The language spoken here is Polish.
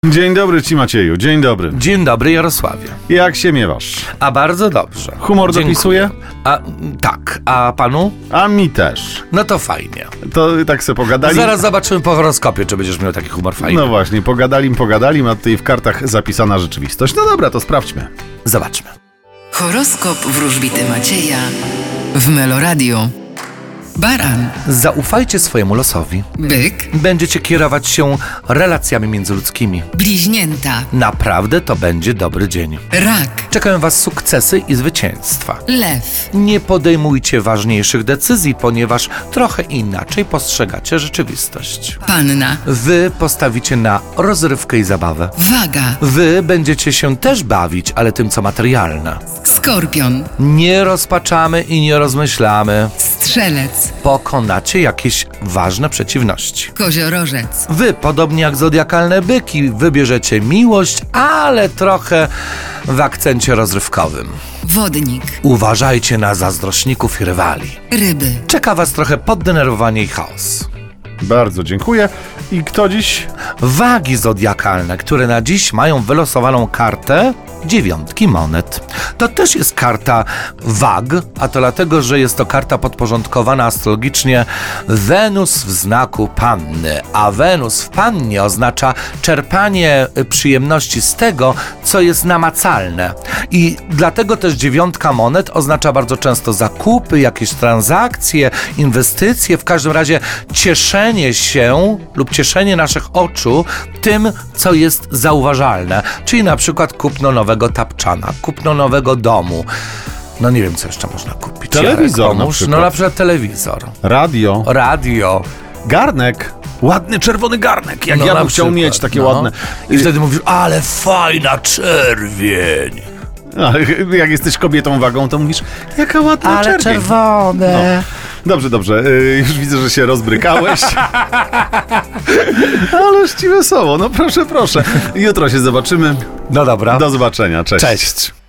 Dzień dobry Ci, Macieju, dzień dobry. Dzień dobry, Jarosławie. Jak się miewasz? A bardzo dobrze. Humor Dziękuję. dopisuje? Tak, a panu? A mi też. No to fajnie. To tak se pogadali. Zaraz zobaczymy po horoskopie, czy będziesz miał taki humor fajny. No właśnie, pogadali, a tutaj w kartach zapisana rzeczywistość. No dobra, to sprawdźmy. Zobaczmy. Horoskop wróżbity Macieja w Meloradio. Baran, Zaufajcie swojemu losowi. byk, Będziecie kierować się relacjami międzyludzkimi. bliźnięta, Naprawdę to będzie dobry dzień. rak, Czekają was sukcesy i zwycięstwa. lew, Nie podejmujcie ważniejszych decyzji, ponieważ trochę inaczej postrzegacie rzeczywistość. panna, Wy postawicie na rozrywkę i zabawę. waga, Wy będziecie się też bawić, ale tym, co materialne. skorpion, Nie rozpaczamy i nie rozmyślamy. strzelec, Pokonacie jakieś ważne przeciwności. koziorożec, Wy, podobnie jak zodiakalne byki, wybierzecie miłość, ale trochę w akcencie rozrywkowym. wodnik, Uważajcie na zazdrośników i rywali. ryby, Czeka was trochę poddenerwowanie i chaos. Bardzo dziękuję. I kto dziś? Wagi zodiakalne, które na dziś mają wylosowaną kartę 9 monet. To też jest karta wag, a to dlatego, że jest to karta podporządkowana astrologicznie Wenus w znaku Panny, a Wenus w Pannie oznacza czerpanie przyjemności z tego, co jest namacalne. I dlatego też 9 monet oznacza bardzo często zakupy, jakieś transakcje, inwestycje, w każdym razie cieszenie się lub cieszenie naszych oczu tym, co jest zauważalne. Czyli na przykład kupno nowego tapczana, kupno nowego domu. No nie wiem, co jeszcze można kupić. Telewizor Jarek, na pomóż. przykład. No na przykład telewizor, Radio. radio. Garnek. Ładny czerwony garnek. Jak No ja na bym chciał przykład, mieć takie no. ładne. I wtedy mówisz, ale fajna czerwień. A, jak jesteś kobietą wagą, to mówisz, jaka ładna Ale czerwień. czerwone. Dobrze. Już widzę, że się rozbrykałeś. Ależ ci wesoło. No proszę. Jutro się zobaczymy. No dobra. Do zobaczenia. Cześć. Cześć.